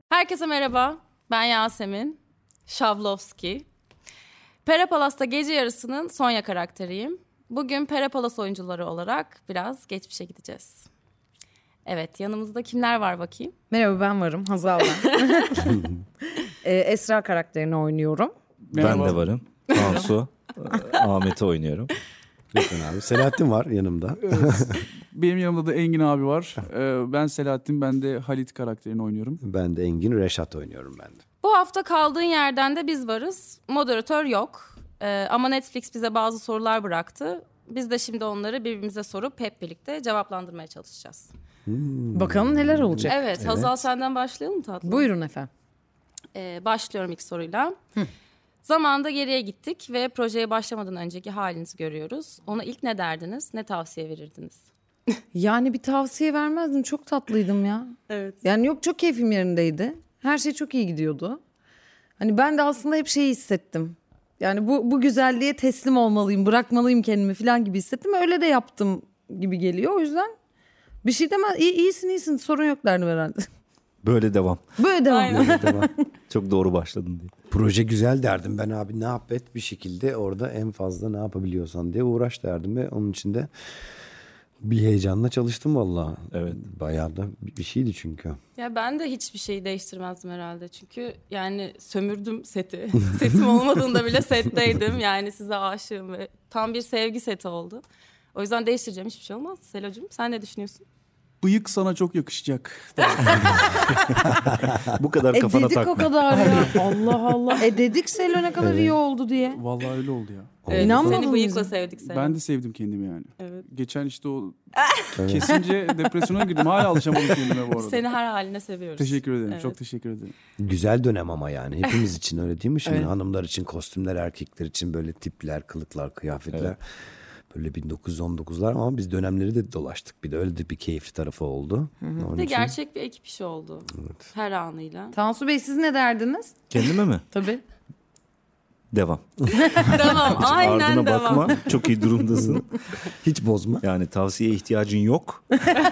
Herkese merhaba, ben Yasemin Şavlovski. Pera Palas'ta gece yarısının Sonya karakteriyim. Bugün Pera Palas oyuncuları olarak biraz geçmişe gideceğiz. Evet, yanımızda kimler var bakayım? Merhaba, ben varım. Hazal ben. Esra karakterini oynuyorum. Merhaba. Ben de varım. Tansu, Ahmet'i oynuyorum. Lütfen abi. Selahattin var yanımda. Benim yanımda da Engin abi var. Ben Selahattin, ben de Halit karakterini oynuyorum. Ben de Engin, Reşat oynuyorum ben de. Bu hafta kaldığın yerden de biz varız. Moderatör yok. Ama Netflix bize bazı sorular bıraktı. Biz de şimdi onları birbirimize sorup hep birlikte cevaplandırmaya çalışacağız. Bakalım neler olacak. Evet, Hazal senden başlayalım mı tatlım? Buyurun efendim. Başlıyorum ilk soruyla. Zamanında geriye gittik ve projeye başlamadan önceki halinizi görüyoruz. Ona ilk ne derdiniz, ne tavsiye verirdiniz? Yani bir tavsiye vermezdim. Çok tatlıydım ya. Evet. Yani yok, çok keyfim yerindeydi. Her şey çok iyi gidiyordu. Hani ben de aslında hep şeyi hissettim. Yani bu güzelliğe teslim olmalıyım, bırakmalıyım kendimi falan gibi hissettim. Öyle de yaptım gibi geliyor. O yüzden bir şey demez. İyisin sorun yok derdim herhalde. Böyle devam. Böyle devam. Aynen. Böyle devam. Çok doğru başladın diye. Proje güzel derdim ben abi, ne yap et bir şekilde orada en fazla ne yapabiliyorsan diye uğraş derdim ve onun için de bir heyecanla çalıştım vallahi. Evet. Bayağı da bir şeydi çünkü. Ya ben de hiçbir şeyi değiştirmezdim herhalde. Çünkü yani sömürdüm seti. Setim olmadığında bile setteydim. Yani size aşığım ve tam bir sevgi seti oldu. O yüzden değiştireceğim hiçbir şey olmaz. Selocuğum, sen ne düşünüyorsun? Bıyık sana çok yakışacak. Bu kadar kafana Dedik takma. o kadar ya. Allah Allah. Dedik Selo ne kadar iyi oldu diye. Vallahi öyle oldu ya. Evet, İnanmadın seni bıyıkla bize. sevdik seni. Ben de sevdim kendimi yani. Evet. Geçen işte o kesince depresyona girdim. Hala alışamadım kendime bu arada. Seni her haline seviyoruz. Teşekkür ederim. Evet. Çok teşekkür ederim. Güzel dönem ama yani hepimiz için öyle değil mi? Şimdi Evet. hanımlar için kostümler, erkekler için böyle tipler, kılıklar, kıyafetler. Evet. Böyle 1919'lar ama biz dönemleri de dolaştık. Bir de öyle de bir keyifli tarafı oldu. Onun Bir de için- gerçek bir ekip işi oldu. Her anıyla. Tansu Bey, siz ne derdiniz? Kendime mi? Tabii. Devam. Tamam, aynen Ardına devam. bakma. Çok iyi durumdasın. Hiç bozma. Yani tavsiyeye ihtiyacın yok.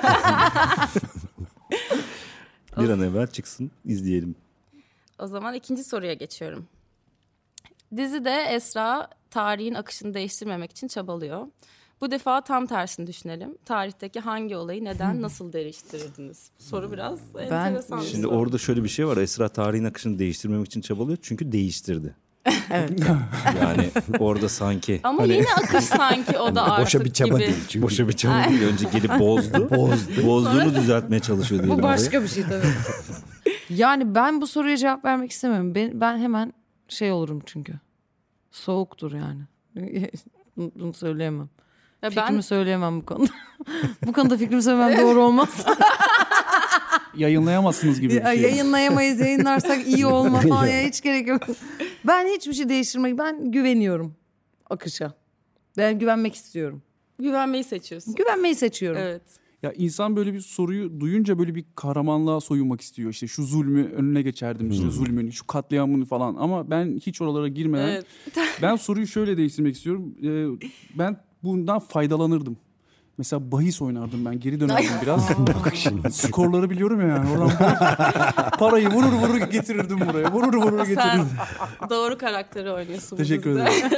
Bir an evvel çıksın, izleyelim. O zaman ikinci soruya geçiyorum. Dizide Esra tarihin akışını değiştirmemek için çabalıyor. Bu defa tam tersini düşünelim. Tarihteki hangi olayı neden nasıl değiştirirdiniz? Bu soru biraz enteresan. bir Şimdi soru. orada şöyle bir şey var. Esra tarihin akışını değiştirmemek için çabalıyor. Çünkü değiştirdi. Evet. Yani orada sanki... Ama hani- yine akış sanki o da artık Boşa bir çaba gibi. değil çünkü. Boşa bir çaba değil. Önce gelip bozdu. Bozduğunu düzeltmeye çalışıyor diyelim. Bu başka bir şey tabii. Yani ben bu soruya cevap vermek istemiyorum. Ben hemen şey olurum çünkü. Soğuktur yani. Bunu söyleyemem. Ya Fikrimi söyleyemem bu konuda. Bu konuda fikrimi söylemem doğru olmaz. Yayınlayamazsınız gibi bir şey. Yayınlayamayız, yayınlarsak iyi olmaz falan ya, hiç gerek yok. Ben hiçbir şey değiştirmek, ben güveniyorum akışa. Ben güvenmek istiyorum. güvenmeyi seçiyorsun. Güvenmeyi seçiyorum. Evet. Ya insan böyle bir soruyu duyunca böyle bir kahramanlığa soyunmak istiyor. İşte şu zulmü önüne geçerdim, işte zulmün, şu katliamını falan. Ama ben hiç oralara girmeden Evet. ben soruyu şöyle değiştirmek istiyorum. Ben bundan faydalanırdım. Mesela bahis oynardım ben, geri dönerdim biraz. Skorları biliyorum ya yani. Oradan parayı vurur getirirdim buraya. Vurur Sen getirirdim. doğru karakteri oynuyorsun. bu Teşekkür dizide. ederim.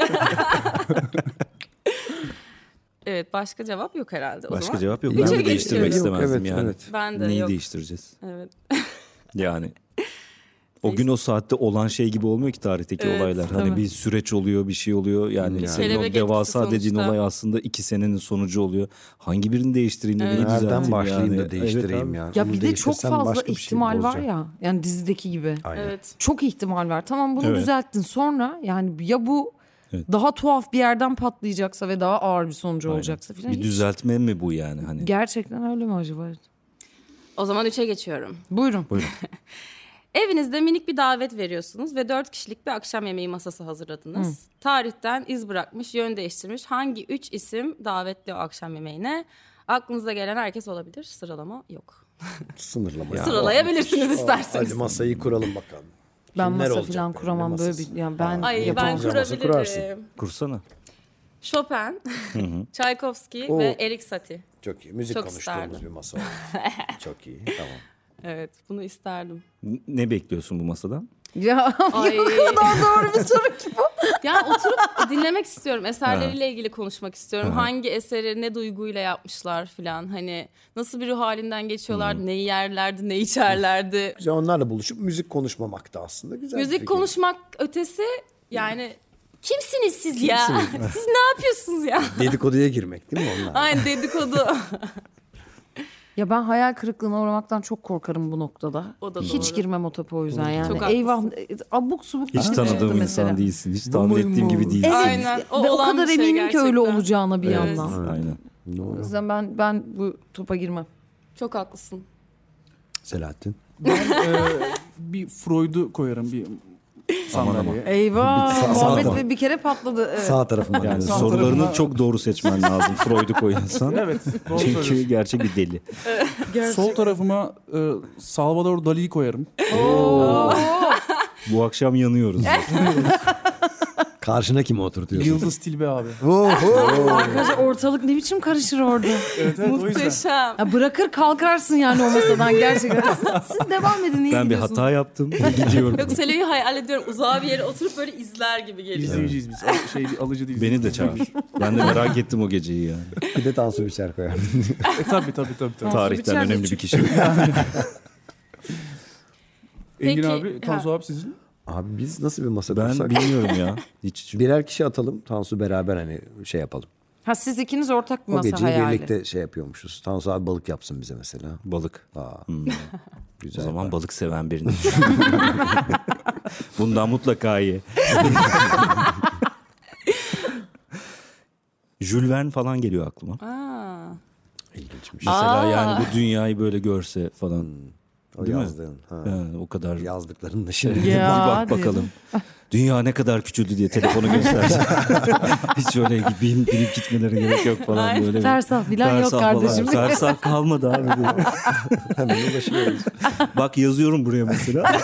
Evet, başka cevap yok herhalde. O Başka zaman cevap yok. üçe Ben de değiştirmek geçiyorum. istemezdim Evet, yani. evet. Ben de Neyi yok. değiştireceğiz? Evet. Yani o gün o saatte olan şey gibi olmuyor ki tarihteki Evet, olaylar. Hani tabii. bir süreç oluyor, bir şey oluyor. Yani senin Kelebek o devasa etkisi dediğin sonuçta. olay aslında 2 senenin sonucu oluyor. Hangi birini değiştireyim de Evet. neyi düzelteyim Nereden başlayayım yani? da değiştireyim Evet yani. Ya Onu bir de çok değiştirsem fazla başka bir şey ihtimal var bozacak. ya. Yani dizideki gibi. Aynen. Evet. Çok ihtimal var. Tamam, bunu Evet. düzelttin. Sonra yani ya bu Evet. daha tuhaf bir yerden patlayacaksa ve daha ağır bir sonucu Aynen. olacaksa falan. Bir hiç- düzeltme mi bu yani? Hani Gerçekten öyle mi acaba? O zaman 3'e geçiyorum. Buyurun. Evinizde minik bir davet veriyorsunuz ve 4 kişilik bir akşam yemeği masası hazırladınız. Tarihten iz bırakmış, yön değiştirmiş hangi 3 isim davetli o akşam yemeğine? Aklınıza gelen herkes olabilir. Sıralama yok. Sınırlama. ya. Sıralayabilirsiniz isterseniz. Hadi masayı kuralım bakalım. Ben Kimler masa olacak falan böyle, kuramam ne böyle masası? bir, yani ben Ay ben yapamam. Güzel masa kurarsın. kurabilirim. kursana. Chopin, Tchaikovsky Oo. ve Erik Satie. Çok iyi. Müzik Çok konuştuğumuz isterdim. bir masa oldu. Çok iyi. Tamam. Evet, bunu isterdim. Ne bekliyorsun bu masadan? Ya Ay. o kadar doğru bir soru ki bu. Yani oturup dinlemek istiyorum. Eserleriyle ilgili konuşmak istiyorum. Hangi eseri ne duyguyla yapmışlar filan. Hani nasıl bir ruh halinden geçiyorlar, neyi yerlerdi, ne içerlerdi. Güzel, onlarla buluşup müzik konuşmamak da aslında güzel bir Müzik fikir. konuşmak ötesi yani kimsiniz siz ya? Siz ne yapıyorsunuz ya? Dedikoduya girmek değil mi onlar? Aynen dedikodu. Ya ben hayal kırıklığına uğramaktan çok korkarım bu noktada. O da Hiç doğru. girmem o topa o yüzden yani. Çok Eyvah haklısın. abuk subuk Hiç bir şey tanıdığım çıktı insan mesela. değilsin. Hiç tahmin ettiğim gibi değilsin. Evet. Aynen. Ve o olan kadar bir şey eminim ki öyle gerçekten. olacağına bir Evet. yandan. Aynen. O yüzden ben bu topa girmem. Çok haklısın. Selahattin. Ben bir Freud'u koyarım bir sandalyeye. Eyvah. Sağ Muhabbet taraf. bir kere patladı. Evet. Sağ tarafından. Yani Sağ sorularını tarafına- çok doğru seçmen lazım Freud'u koyarsan. Evet, doğru Çünkü söylüyorsun. gerçek bir deli. Sol tarafıma Salvador Dali'yi koyarım. Bu akşam yanıyoruz. Karşına kimi oturtuyorsun? Yıldız Tilbe abi. Arkadaşlar ortalık ne biçim karışır orada. Evet, o yüzden. Muhteşem. Ya bırakır kalkarsın yani o masadan gerçekten. Siz devam edin iyi Ben bir gidiyorsunuz. hata yaptım. Gidiyorum. Yok Selo'yu hayal ediyorum. Uzağa bir yere oturup böyle izler gibi geliyor. İzleyiciyiz biz. Alıcı değiliz. Beni de çağır. Ben de merak ettim o geceyi yani. Bir de Tansu Biçer koyar. Tabii. Tarihten Biçer de önemli bir kişi. Engin Peki, abi, Tansu abi sizin? Abi biz nasıl bir masa Ben kursak? bilmiyorum ya. Hiç. Birer kişi atalım. Tansu beraber hani şey yapalım. Ha siz ikiniz ortak bir O masa geceyi hayali. birlikte şey yapıyormuşuz. Tansu abi balık yapsın bize mesela. Balık. Güzel. O zaman balık seven birini. Bundan mutlaka ye. Jules Verne falan geliyor aklıma. Aa. İlginçmiş. Mesela yani bu dünyayı böyle görse falan. O değil mi? yazdığın. Ha. Yani o kadar. Yazdıklarının da şimdi. Ya, bir bak hadi. bakalım. Dünya ne kadar küçüldü diye telefonu gösterse. Hiç öyle binip gitmeleri gerek yok falan Aynen. böyle. Fersah falan yok Fersah kardeşim. Fersah kalmadı abi. diye. Hemen ulaşıyoruz. Bak yazıyorum buraya mesela.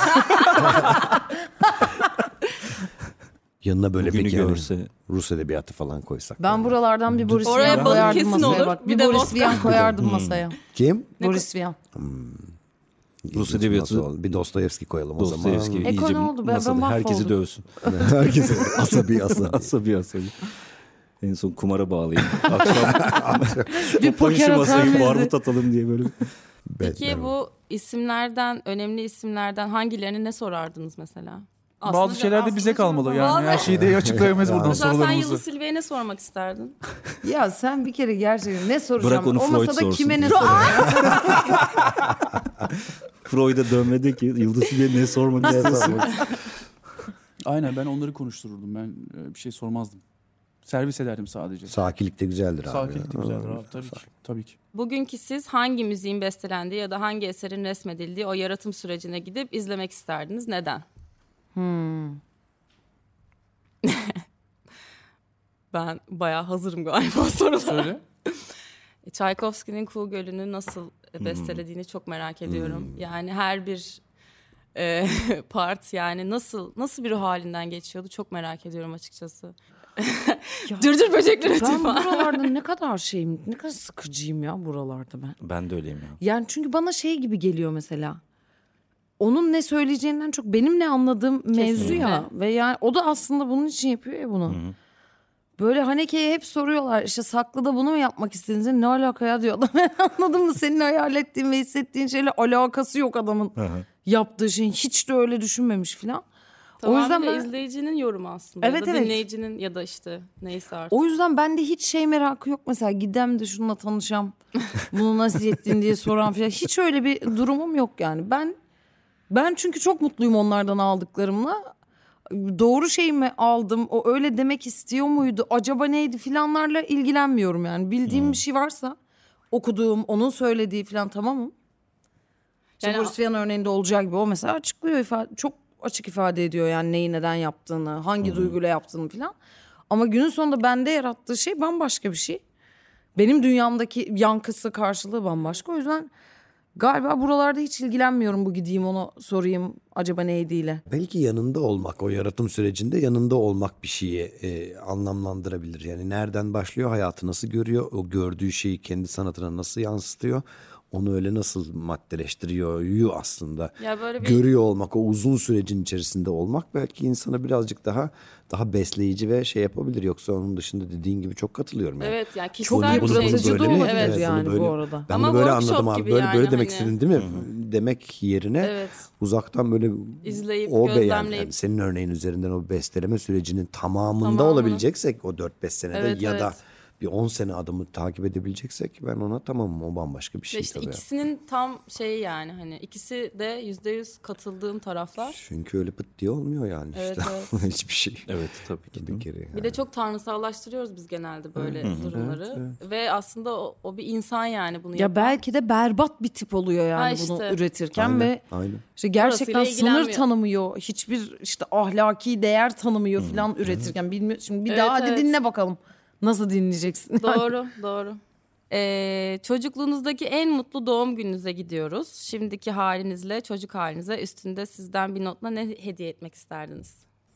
Yanına böyle Bugünü peki hani görse. Rus edebiyatı falan koysak. Ben buralardan bir Boris Oraya Vian balık koyardım kesin masaya olur, bak. bir Bir de Boris vodka. Vian koyardım masaya. Kim? Boris Vian. Rus İlginç edebiyatı- masa oldu. Bir Dostoyevski koyalım o Dostoyevski zaman. Eko iyice ne oldu? Ben masada mahvoldum. herkesi dövsün. Herkes asabi. Asabi. En son kumara bağlayayım. Akşam Bir toplayın poker şu masayı atar mıyız? barbut atalım diye böyle. Peki bu isimlerden, önemli isimlerden hangilerini ne sorardınız mesela? Bazı şeyler de bize kalmalı. Yani Vallahi. her şeyi de açıklayamayız buradan Mesela sen sorularımızı. Yıldız Silve'ye ne sormak isterdin? Ya sen bir kere gerçekten ne soracağım? Bırak onu o Freud masada sorsun. kime ne soracağım? Freud'a dönmedi ki Yıldız Silve'ye ne sormak istiyorsun? Aynen, ben onları konuştururdum. Ben bir şey sormazdım. Servis ederdim sadece. Sakilik de güzeldir abi. Sakinlik de güzeldir abi. Tabii ki. Bugünkü siz hangi müziğin bestelendiği ya da hangi eserin resmedildiği o yaratım sürecine gidip izlemek isterdiniz? Neden? Ben bayağı hazırım galiba sorulara. Söyle. Tchaikovsky'nin Kuğu Gölü'nü nasıl bestelediğini çok merak ediyorum. Yani her bir part yani nasıl bir ruh halinden geçiyordu çok merak ediyorum açıkçası. Dırdır böcekler ötü Ben falan. buralarda ne kadar şeyim, ne kadar sıkıcıyım ya buralarda ben. Ben de öyleyim ya. Yani çünkü bana şey gibi geliyor mesela. Onun ne söyleyeceğinden çok benim ne anladığım mevzu ya. Ve yani o da aslında bunun için yapıyor ya bunu. Böyle Haneke'ye hep soruyorlar işte Saklı'da bunu mu yapmak istediniz? Ne alaka ya diyor adam. Anladın mı? Senin hayal ettiğin ve hissettiğin şeyle alakası yok adamın yaptığı şeyin. Hiç de öyle düşünmemiş falan. O yüzden Tamamıyla ben, izleyicinin yorumu aslında. Evet, ya da evet. dinleyicinin ya da işte neyse artık. o yüzden bende hiç şey merakı yok mesela gidem de şununla tanışam. Bunu nasıl ettin diye soran falan. Hiç öyle bir durumum yok yani. Ben çünkü çok mutluyum onlardan aldıklarımla. Doğru şey mi aldım? O öyle demek istiyor muydu? Acaba neydi filanlarla ilgilenmiyorum yani. Bildiğim bir şey varsa okuduğum, onun söylediği falan tamamım. İşte Yani- Boris Vian örneğinde olacağı gibi o mesela açıklıyor çok açık ifade ediyor yani neyi neden yaptığını, hangi duyguyla yaptığını falan. Ama günün sonunda bende yarattığı şey bambaşka bir şey. Benim dünyamdaki yankısı, karşılığı bambaşka. O yüzden galiba buralarda hiç ilgilenmiyorum bu gideyim onu sorayım acaba neydiyle. Belki yanında olmak, o yaratım sürecinde yanında olmak bir şeyi anlamlandırabilir. Yani nereden başlıyor, hayatı nasıl görüyor, o gördüğü şeyi kendi sanatına nasıl yansıtıyor. onu öyle nasıl maddeleştiriyor aslında. Ya böyle bir Görüyor olmak, o uzun sürecin içerisinde olmak belki insana birazcık daha besleyici ve şey yapabilir. Yoksa onun dışında dediğin gibi çok katılıyorum. Yani. evet yani Çok kişisel bir şey. yıpratıcı da böyle mi? olabilir Evet. yani bunu böyle- bu arada. Ben Ama bunu böyle workshop anladım abi. gibi Böyle yani demek hani. istedin değil mi? Demek yerine Evet. uzaktan böyle İzleyip, yani gözlemleyip. senin örneğin üzerinden o besteleme sürecinin tamamında Tamamını. olabileceksek o 4-5 senede Evet, ya da evet. bir 10 sene adımı takip edebileceksek ben ona tamamım, o bambaşka bir Ve şey işte tabii. ikisinin tam şeyi yani hani ikisi de %100 katıldığım taraflar. Çünkü öyle pıt diye olmuyor yani Evet, işte. Hiçbir şey. Evet tabii ki. Bir kere yani. Bir de çok tanrısallaştırıyoruz biz genelde böyle durumları. Ve aslında o bir insan yani bunu Ya yapan. belki de berbat bir tip oluyor yani Ha bunu işte. üretirken Aynen, ve aynen. işte gerçekten Orasıyla sınır ilgilenmiyor. tanımıyor. Hiçbir işte ahlaki değer tanımıyor falan üretirken. Bilmiyor. Şimdi bir Evet, daha hadi evet. dinle bakalım. Nasıl dinleyeceksin? Doğru, doğru. Çocukluğunuzdaki en mutlu doğum gününüze gidiyoruz. Şimdiki halinizle çocuk halinize üstünde sizden bir notla ne hediye etmek isterdiniz?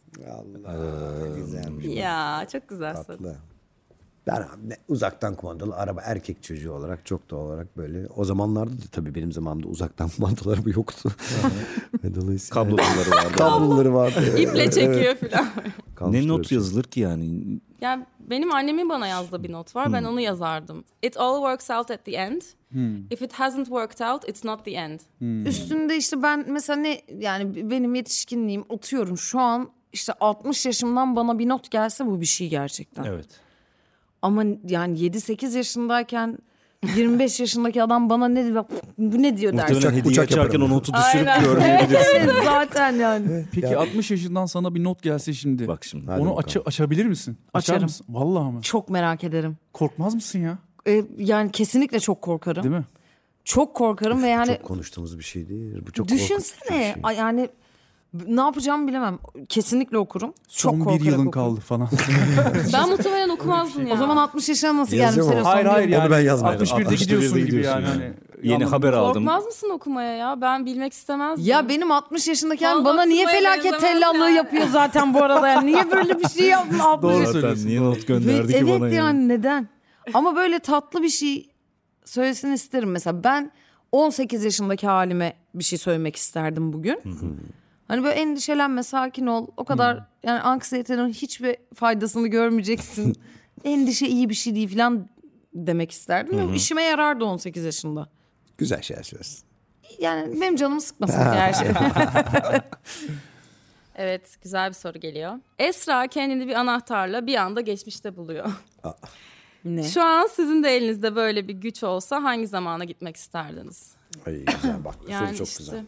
Allah güzelmiş. Ya çok güzel soru. Tatlı. Ben uzaktan kumandalı araba erkek çocuğu olarak çok doğal olarak böyle. O zamanlarda da tabii benim zamanımda uzaktan kumandalar yoktu. Ve dolayısıyla Kabloları vardı. kabloları vardı. İple çekiyor falan. Ne not yazılır ki yani? Yani benim annemin bana yazdığı bir not var. Ben onu yazardım. It all works out at the end. If it hasn't worked out, it's not the end. Üstünde işte ben mesela ne yani benim yetişkinliğim atıyorum şu an işte 60 yaşımdan bana bir not gelse bu bir şey gerçekten. Evet. Ama yani 7-8 yaşındayken 25 yaşındaki adam bana ne diyor bu ne diyor dersin. Muhtemelen hediye uçak açarken yaparım. o notu düşürüp Aynen. görmeyebilirsin. Evet zaten yani. Peki 60 yaşından sana bir not gelse şimdi. Bak şimdi. Hadi Onu bakalım. açabilir misin? Açar Açarım. mısın? Vallahi mı? Çok merak ederim. Korkmaz mısın ya? Yani kesinlikle çok korkarım. Değil mi? Çok korkarım ve yani Çok konuştuğumuz bir şey değil. Bu çok korkunç bir düşünsene şey. yani ne yapacağımı bilemem. Kesinlikle okurum. Çok Son bir korkarak yılın okurum. kaldı falan. Ben muhtemelen okumazdım ya. O zaman 60 yaşına nasıl Yazıyor geldim? mu? Sene hayır sonra hayır bir- yani. Onu ben yazmadım. 61'de 61'de gidiyorsun gibi gidiyorsun yani. yani. Hani, Yeni anladım. haber aldım. Korkmaz mısın okumaya ya? Ben bilmek istemezdim. Ya benim 60 yaşındayken Vallahi bana niye okumaya felaket benzemez tellallığı yani. yapıyor zaten bu arada yani. Niye böyle bir şey yaptın 60 Doğru yaşında? Zaten söylüyorsun. niye not gönderdi ki Evet bana yani neden? Ama böyle tatlı bir şey söylesin isterim. Mesela ben 18 yaşındaki halime bir şey söylemek isterdim bugün. Hani böyle endişelenme, sakin ol. O kadar yani anksiyetenin hiçbir faydasını görmeyeceksin. Endişe iyi bir şey değil falan demek isterdim. Ve işime yarardı 18 yaşında. Güzel şeyler söylesin. Yani benim canımı sıkmasın her şey. Evet, güzel bir soru geliyor. Esra kendini bir anahtarla bir anda geçmişte buluyor. Ne? Şu an sizin de elinizde böyle bir güç olsa hangi zamana gitmek isterdiniz? Ay güzel bak bu Yani soru çok işte güzel.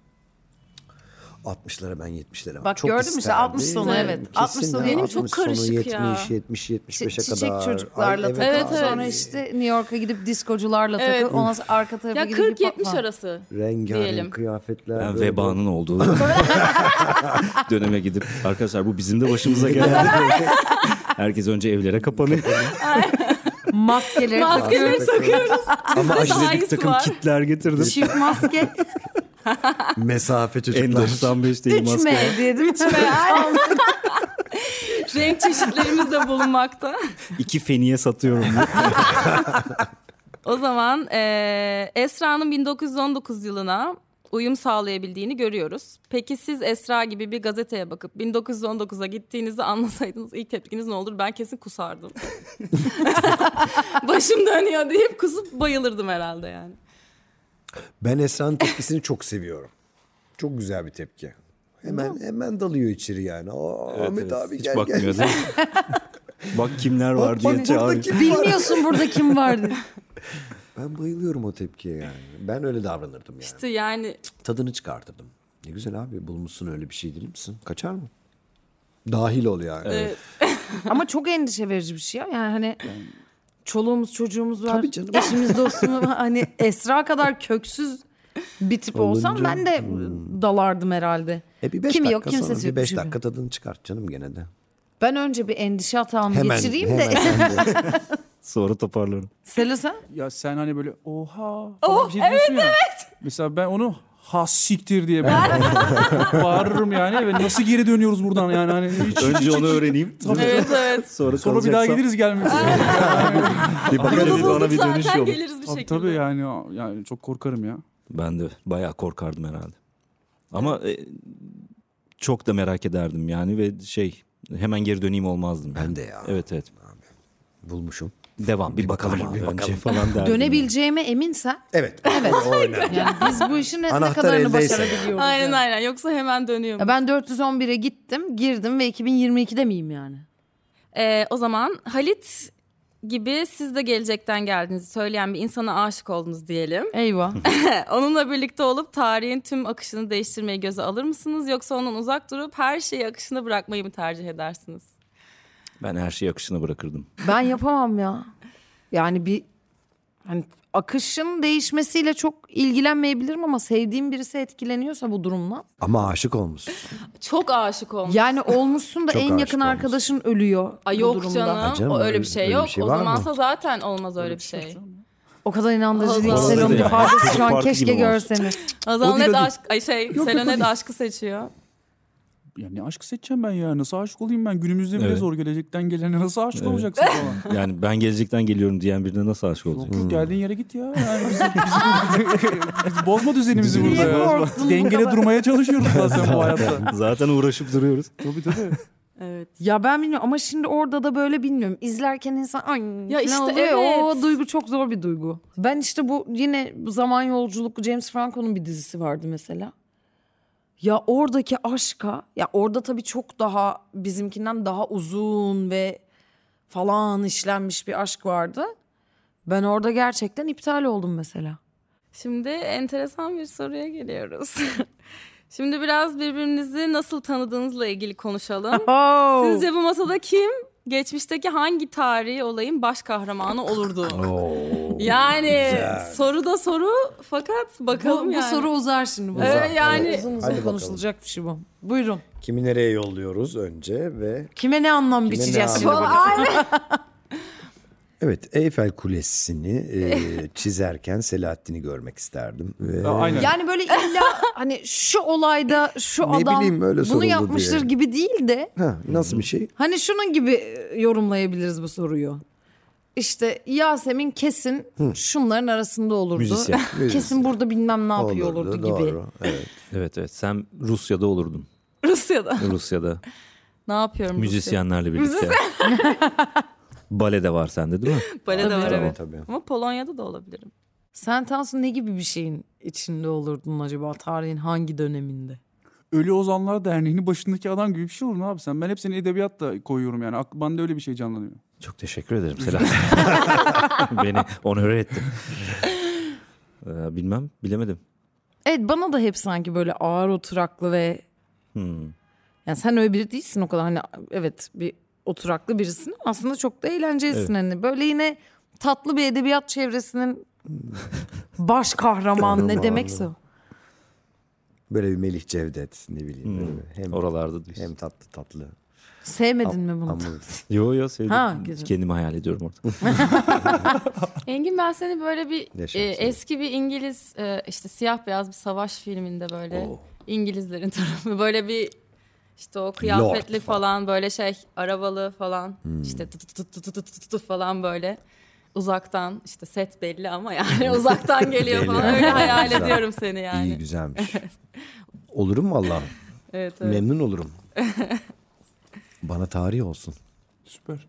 60'lara ben 70'lere Bak çok gördün mü işte isterdim. 60 sonu evet. 60 sonu Benim 60 çok sonu, karışık ya. 70, 75'e çiçek kadar. çocuklarla Ay, takıp Evet, evet. sonra işte New York'a gidip diskocularla Evet. takıp ondan sonra arka tarafa Ya gidip 40-70 arası. Rengarenk Diyelim. kıyafetler. Ben böyle vebanın olduğu döneme gidip arkadaşlar bu bizim de başımıza geldi. Herkes önce evlere kapanıyor. maskeleri Maskeleri takıyoruz. takıyoruz. Ama Daha Bir iyisi takım var. kitler getirdim. Çift maske mesafe çocuklar. N95 değil 3M maske. dedim. Renk çeşitlerimiz de bulunmakta. 2 feniye satıyorum. O zaman Esra'nın 1919 yılına uyum sağlayabildiğini görüyoruz. Peki siz Esra gibi bir gazeteye bakıp 1919'a gittiğinizi anlasaydınız ilk tepkiniz ne olur? Ben kesin kusardım. Başım dönüyor deyip kusup bayılırdım herhalde yani. Ben Esra'nın tepkisini çok seviyorum. Çok güzel bir tepki. Hemen dalıyor içeri yani. Ahmet abi Hiç gel bakmıyor gel. değil mi? Bak kimler var Bak, diye bak, çağırıyor. buradaki- Bilmiyorsun burada kim vardı. Ben bayılıyorum o tepkiye yani. Ben öyle davranırdım yani. İşte yani Tadını çıkartırdım. Ne güzel abi bulmuşsun öyle bir şey değil misin? Kaçar mı? Dahil ol yani. evet. Ama çok endişe verici bir şey ya. Yani hani çoluğumuz çocuğumuz var. Tabii canım. Eşimiz dostumuz var. Hani Esra kadar köksüz bir tip olsam Olunca, ben de dalardım herhalde. Bir 5 Kimi dakika yok, kimsesi sonra yok, bir 5 bir şey dakika tadını çıkart canım gene de. Ben önce bir endişe atağımı geçireyim de. Sonra toparlarım. Selo sen? Ya sen hani böyle oha falan bir şey diyorsun ya. Mesela ben onu ha siktir diye bağırırım yani ve nasıl geri dönüyoruz buradan yani hani Önce onu öğreneyim. Evet. sonra bir daha geliriz gelmek üzere. Bir bakarız ona bir dönüş Zaten yolu. geliriz bir şekilde. Tabii yani çok korkarım ya. Ben de bayağı korkardım herhalde. Ama çok da merak ederdim yani ve hemen geri döneyim olmazdım. Ben de ya. Evet. Bulmuşum. Devam bir bakalım abi. bir Önce bakalım. falan derdim. Dönebileceğime eminsen. Evet. Evet. O önemli. Yani biz bu işin ne Anahtar kadarını eldeyse. başarabiliyoruz. Aynen yani. aynen. Yoksa hemen dönüyorum. Ya ben 411'e gittim, girdim ve 2022'de miyim yani? O zaman Halit gibi siz de gelecekten geldiğinizi söyleyen bir insana aşık oldunuz diyelim. Eyvah. Onunla birlikte olup tarihin tüm akışını değiştirmeyi göze alır mısınız? Yoksa ondan uzak durup her şeyi akışına bırakmayı mı tercih edersiniz? Ben her şeyi akışına bırakırdım. Ben yapamam ya. Yani hani akışın değişmesiyle çok ilgilenmeyebilirim ama sevdiğim birisi etkileniyorsa bu durumdan. Ama aşık olmuşsun. Çok aşık olmuş. Yani olmuşsun da Çok en aşık yakın olmuş. arkadaşın ölüyor Ay bu yok durumda. canım. Ha canım, O öyle bir öyle şey bir yok. şey O var mı? zamansa zaten olmaz öyle bir şey. O kadar inandırıcı Allah değil. Allah. Selon'un Yani. ifadesi şu an Parti keşke gibi olmuş. görseniz. O zaman O değil, net o değil. aşk, Selo aşkı seçiyor. Ya ne aşk seçeceğim ben ya? Nasıl aşık olayım ben? Günümüzde bile Evet. zor, gelecekten gelene nasıl aşık olacaksın falan. Yani ben gelecekten geliyorum diyen birine nasıl aşık olacak? Yok, geldiğin yere git ya. Yani biz bozma düzenimizi burada Niye ya. korktun bu Dengede kadar? durmaya çalışıyoruz zaten bu hayatta. Zaten uğraşıp duruyoruz. Tabii. Evet. Ya ben bilmiyorum ama şimdi orada da böyle bilmiyorum. İzlerken insan ay Ya falan işte oluyor ya, evet. o duygu çok zor bir duygu. Ben işte bu yine Zaman Yolculuk, James Franco'nun bir dizisi vardı mesela. Ya oradaki aşka, ya orada tabii çok daha bizimkinden daha uzun ve falan işlenmiş bir aşk vardı. Ben orada gerçekten iptal oldum mesela. Şimdi enteresan bir soruya geliyoruz. Şimdi biraz birbirinizi nasıl tanıdığınızla ilgili konuşalım. Sizce bu masada kim geçmişteki hangi tarihi olayın baş kahramanı olurdu? Yani güzel. soru da soru fakat bakalım Bu yani. soru uzar şimdi. Bu Evet, uzar. yani- Uzun uzun Hadi bakalım. konuşulacak bir şey bu. Buyurun. Kimi nereye yolluyoruz önce ve... Kime ne anlam Kime biçeceğiz ne şimdi anlam- burada? Evet, Eyfel Kulesi'ni çizerken Selahattin'i görmek isterdim. Ve... Aynen. Yani böyle illa hani şu olayda şu Ne adam bileyim, öyle bunu soruldu yapmıştır diye. gibi değil de Ha, nasıl bir şey? hani şunun gibi yorumlayabiliriz bu soruyu. İşte Yasemin kesin şunların arasında olurdu. Müzisyen. Kesin burada bilmem ne yapıyor olurdu gibi. Doğru, evet. Evet. Sen Rusya'da olurdun. Rusya'da. Ne yapıyorum Müzisyenlerle birlikte. Bale de var sende değil mi? Balede var Tabii, evet. Tabii. Ama Polonya'da da olabilirim. Sen Tansu ne gibi bir şeyin içinde olurdun acaba tarihin hangi döneminde? Ölü Ozanlar Derneği'nin başındaki adam gibi bir şey olur mu abi sen? Ben hep seni edebiyatla koyuyorum yani. Bende öyle bir şey canlanıyor. Çok teşekkür ederim Selam. Beni onore ettin. Bilmem, bilemedim. Evet bana da hep sanki böyle ağır oturaklı ve yani sen öyle biri değilsin o kadar hani evet bir oturaklı birisin aslında çok da eğlencelisin hani böyle yine tatlı bir edebiyat çevresinin baş kahramanı ne demekse o. Böyle bir Melih Cevdet, ne bileyim. Böyle hem Oralarda diyorsun. hem tatlı tatlı. Sevmedin mi bunu? Ama Yo sevdim. Ha, güzel. Kendimi hayal ediyorum orada. Engin ben seni böyle bir Yaşasın. eski bir İngiliz işte siyah beyaz bir savaş filminde böyle İngilizlerin tarafı böyle bir işte o kıyafetli Lord falan böyle şey arabalı falan işte tut falan böyle uzaktan işte set belli ama yani uzaktan geliyor falan öyle hayal Güzel. ediyorum seni yani. iyi, güzelmiş. Olurum vallahi. Evet. Memnun olurum. Bana tarih olsun. Süper.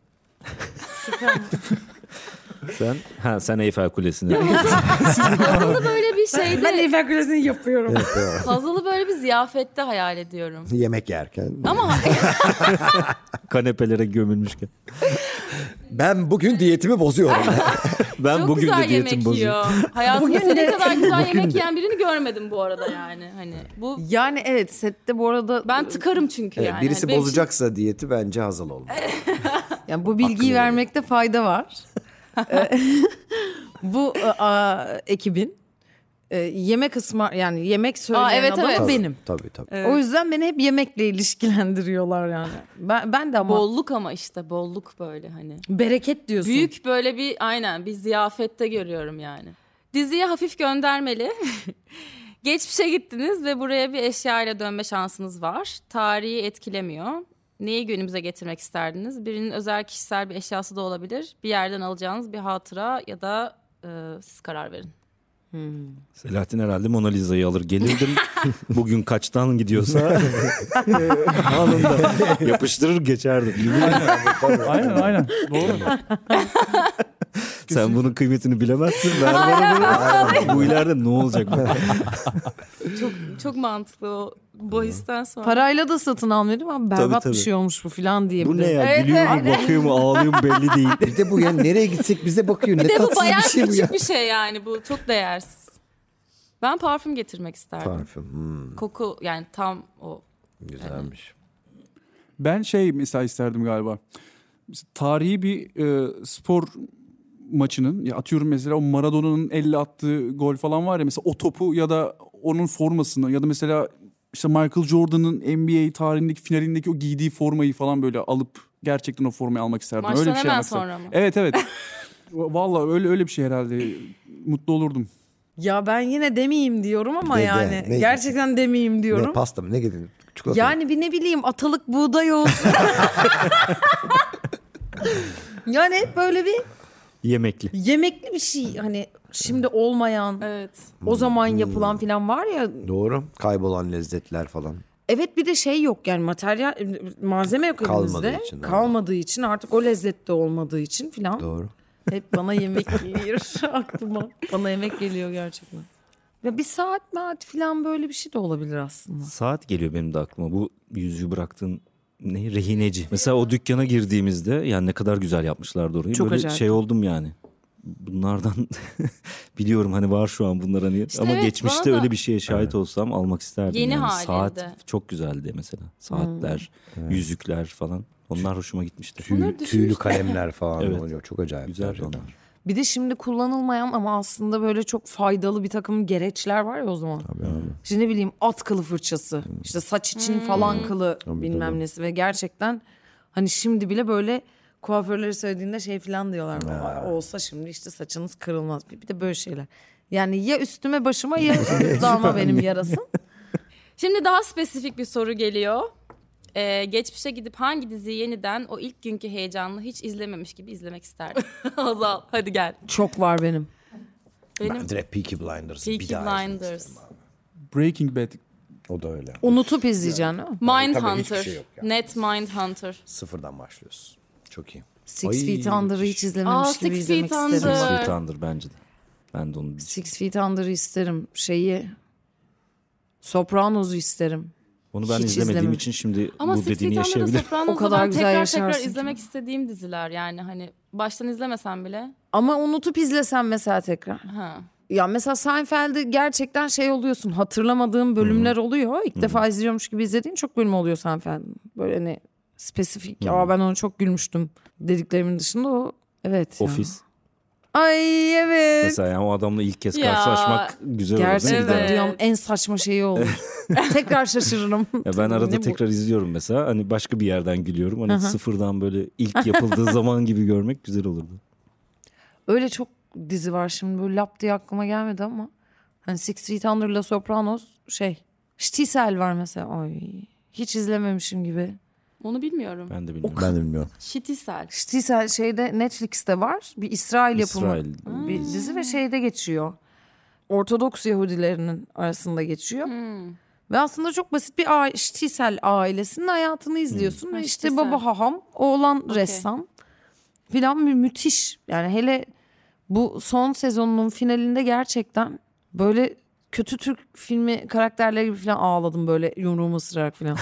Sen Eyfel Kulesi'ni. Puzzle'ı böyle bir şeyde Eyfel Kulesi'ni yapıyorum. puzzle'ı böyle bir ziyafette hayal ediyorum. Yemek yerken. Ama Kanepelere gömülmüşken. Ben bugün diyetimi bozuyorum. Ben çok bugün güzel de diyetim yemek bozuyorum. yiyor. Hayatımda senin kadar güzel yemek yiyen birini görmedim bu arada yani. Hani bu Yani evet sette bu arada ben tıkarım çünkü Evet, yani. birisi Hani benim için- bozacaksa diyeti bence Hazal olmalı. yani bu bilgiyi Hakkını vermekte fayda var. Bu ekibin yemek yani yemek söyleyen evet, adamı evet. benim. Tabii. O yüzden beni hep yemekle ilişkilendiriyorlar yani. Ben de ama Bolluk ama işte bolluk böyle hani. bereket diyorsun. Büyük böyle bir aynen bir ziyafette görüyorum yani. Diziye hafif göndermeli. Geçmişe gittiniz ve buraya bir eşya ile dönme şansınız var. Tarihi etkilemiyor. Neyi günümüze getirmek isterdiniz? Birinin özel kişisel bir eşyası da olabilir. Bir yerden alacağınız bir hatıra ya da siz karar verin. Selahattin herhalde Mona Lisa'yı alır gelirdim. Bugün kaçtan gidiyorsa anında yapıştırır geçerdim. Aynen. Doğru. Sen bunun kıymetini bilemezsin. Ver bana bunu. Bu ileride ne olacak? Çok mantıklı o bahisten sonra. Parayla da satın almıyordum ama berbat Tabii. bir şey olmuş bu falan diye. Bu bir de. ne ya? Evet, Gülüyor mu, evet. bakıyor mu, ağlıyor mu belli değil. Bir de bu yani nereye gitsek bize bakıyor. Ne Bir de bu tatsız bayağı bir şey bu ya. küçük bir şey yani, bu çok değersiz. Ben parfüm getirmek isterdim. Parfüm. Koku yani tam o. Güzelmiş. Ben mesela isterdim galiba. Mesela tarihi bir spor maçının, ya atıyorum mesela o Maradona'nın elle attığı gol falan var ya, mesela o topu ya da onun formasını ya da mesela işte Michael Jordan'ın NBA tarihindeki finalindeki o giydiği formayı falan böyle alıp gerçekten o formayı almak isterdim. Maçtan öyle bir şey hemen yapmak isterdim. sonra mı? Evet. Vallahi öyle bir şey herhalde. Mutlu olurdum. Ya ben yine demeyeyim diyorum ama De, yani ne? gerçekten demeyeyim diyorum. Ne pasta mı? Ne getirdin? Çikolata mı? Yani bir ne bileyim atalık buğday olsun. Yani hep böyle bir Yemekli. yemekli bir şey hani şimdi olmayan Evet. o zaman yapılan falan var ya. Doğru. Kaybolan lezzetler falan. Evet, bir de şey yok yani materyal malzeme yok Kalmadığı elimizde. için, doğru. Kalmadığı için artık o lezzette olmadığı için falan. Doğru. Hep bana yemek geliyor aklıma. Bana yemek geliyor gerçekten. Ya bir saat falan böyle bir şey de olabilir aslında. Saat geliyor benim de aklıma. Bu yüzüğü bıraktığın ne? Rehineci. Mesela o dükkana girdiğimizde yani ne kadar güzel yapmışlardı orayı. Çok Böyle acayip. şey oldum yani. Bunlardan biliyorum hani var şu an bunlar hani İşte ama evet, geçmişte bana da- öyle bir şeye şahit olsam almak isterdim. Yeni yani. halinde. Saat çok güzeldi mesela. Saatler, yüzükler falan. Onlar hoşuma gitmişti. Bunları Tüylü düşünmüştüm. kalemler falan Evet. oluyor. Çok acayip. Güzeldi gerçekten. onlar. Bir de şimdi kullanılmayan ama aslında böyle çok faydalı bir takım gereçler var ya o zaman. İşte ne bileyim at kılı fırçası, işte saç için falan kılı bilmem tabii. nesi ve gerçekten hani şimdi bile böyle kuaförleri söylediğinde şey falan diyorlar. "Vay, olsa şimdi işte saçınız kırılmaz." Bir de böyle şeyler. Yani ya üstüme başıma ya dudağıma benim yarasım. Şimdi daha spesifik bir soru geliyor. Geçmişe gidip hangi diziyi yeniden o ilk günkü heyecanla hiç izlememiş gibi izlemek isterdim? Azal hadi gel. Çok var benim. Benim Ben direkt Peaky Blinders. Peaky bir daha izlemek Blinders. isterim abi. Breaking Bad. O da öyle. Unutup izleyeceksin değil mi? Mindhunter. hiçbir şey yok ya. Net Mindhunter. Sıfırdan başlıyoruz. Çok iyi. Six Ay, Feet Under'ı hiç izlememiş Aa, gibi Six izlemek Feet isterim. Under. Six Feet Under bence de. Ben de onu Six Feet Under'ı isterim. Sopranos'u isterim. onu ben Hiç izlemediğim izlemem. için şimdi Ama bu Six dediğini Feet Under'da yaşayabilirim. Sopranos'da O kadar ben güzel tekrar yaşarsın ki. izlemek istediğim diziler yani hani baştan izlemesem bile. Ama unutup izlesem mesela tekrar. Ha. Ya mesela Seinfeld'i gerçekten şey oluyorsun. Hatırlamadığın bölümler oluyor. İlk defa izliyormuş gibi izlediğin çok bölüm oluyor Seinfeld'in. Böyle hani spesifik. Aa ben ona çok gülmüştüm dediklerimin dışında o. Evet ya. Office. Ay evet. Mesela yani o adamla ilk kez Ya. karşılaşmak güzel olur değil mi? Gerçekten Evet. dünyanın en saçma şeyi olur. Tekrar şaşırırım. Ya ben arada Ne bu? tekrar izliyorum mesela. Hani başka bir yerden gülüyorum. Hani sıfırdan böyle ilk yapıldığı zaman gibi görmek güzel olurdu. Öyle çok dizi var şimdi böyle lap diye aklıma gelmedi ama. Hani Six Feet Under'la Sopranos Ştisel var mesela. Ay hiç izlememişim gibi. Onu bilmiyorum. Ben de bilmiyorum. Ben de bilmiyorum. Şitisel. Ştisel şeyde Netflix'te var. Bir İsrail yapımı İsrail. bir dizi ve şeyde geçiyor. Ortodoks Yahudilerinin arasında geçiyor. Ve aslında çok basit bir Ştisel ailesinin hayatını izliyorsun. Ha, Ve işte Ştisel. baba haham, oğlan ressam filan müthiş. Yani hele bu son sezonunun finalinde gerçekten böyle kötü Türk filmi karakterleri gibi falan ağladım böyle yumruğumu ısırarak falan.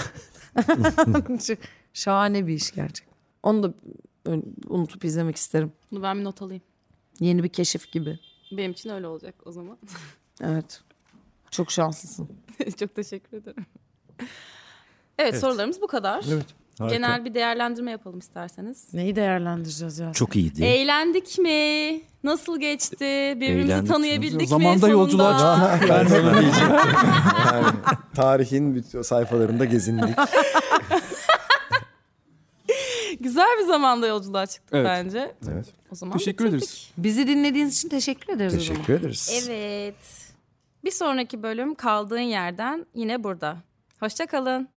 Şahane bir iş gerçekten. Onu da unutup izlemek isterim. Bunu ben bir not alayım. Yeni bir keşif gibi. Benim için öyle olacak o zaman. Evet. Çok şanslısın. Çok teşekkür ederim. Evet, sorularımız bu kadar. Evet. Harika. Genel bir değerlendirme yapalım isterseniz. Neyi değerlendireceğiz ya? Çok iyiydi. Eğlendik mi? Nasıl geçti? Birbirimizi Eğlendik. tanıyabildik mi? Zamanda sonunda? yolculuğa çıktık. Ben de öyle diyeceğim. Yani, tarihin bütün sayfalarında gezindik. Güzel bir zamanda yolculuğa çıktık Evet. bence. Evet. O zaman Teşekkür bitirdik. ederiz. Bizi dinlediğiniz için teşekkür ederiz o zaman. Teşekkür ederiz. Evet. Bir sonraki bölüm kaldığın yerden yine burada. Hoşça kalın.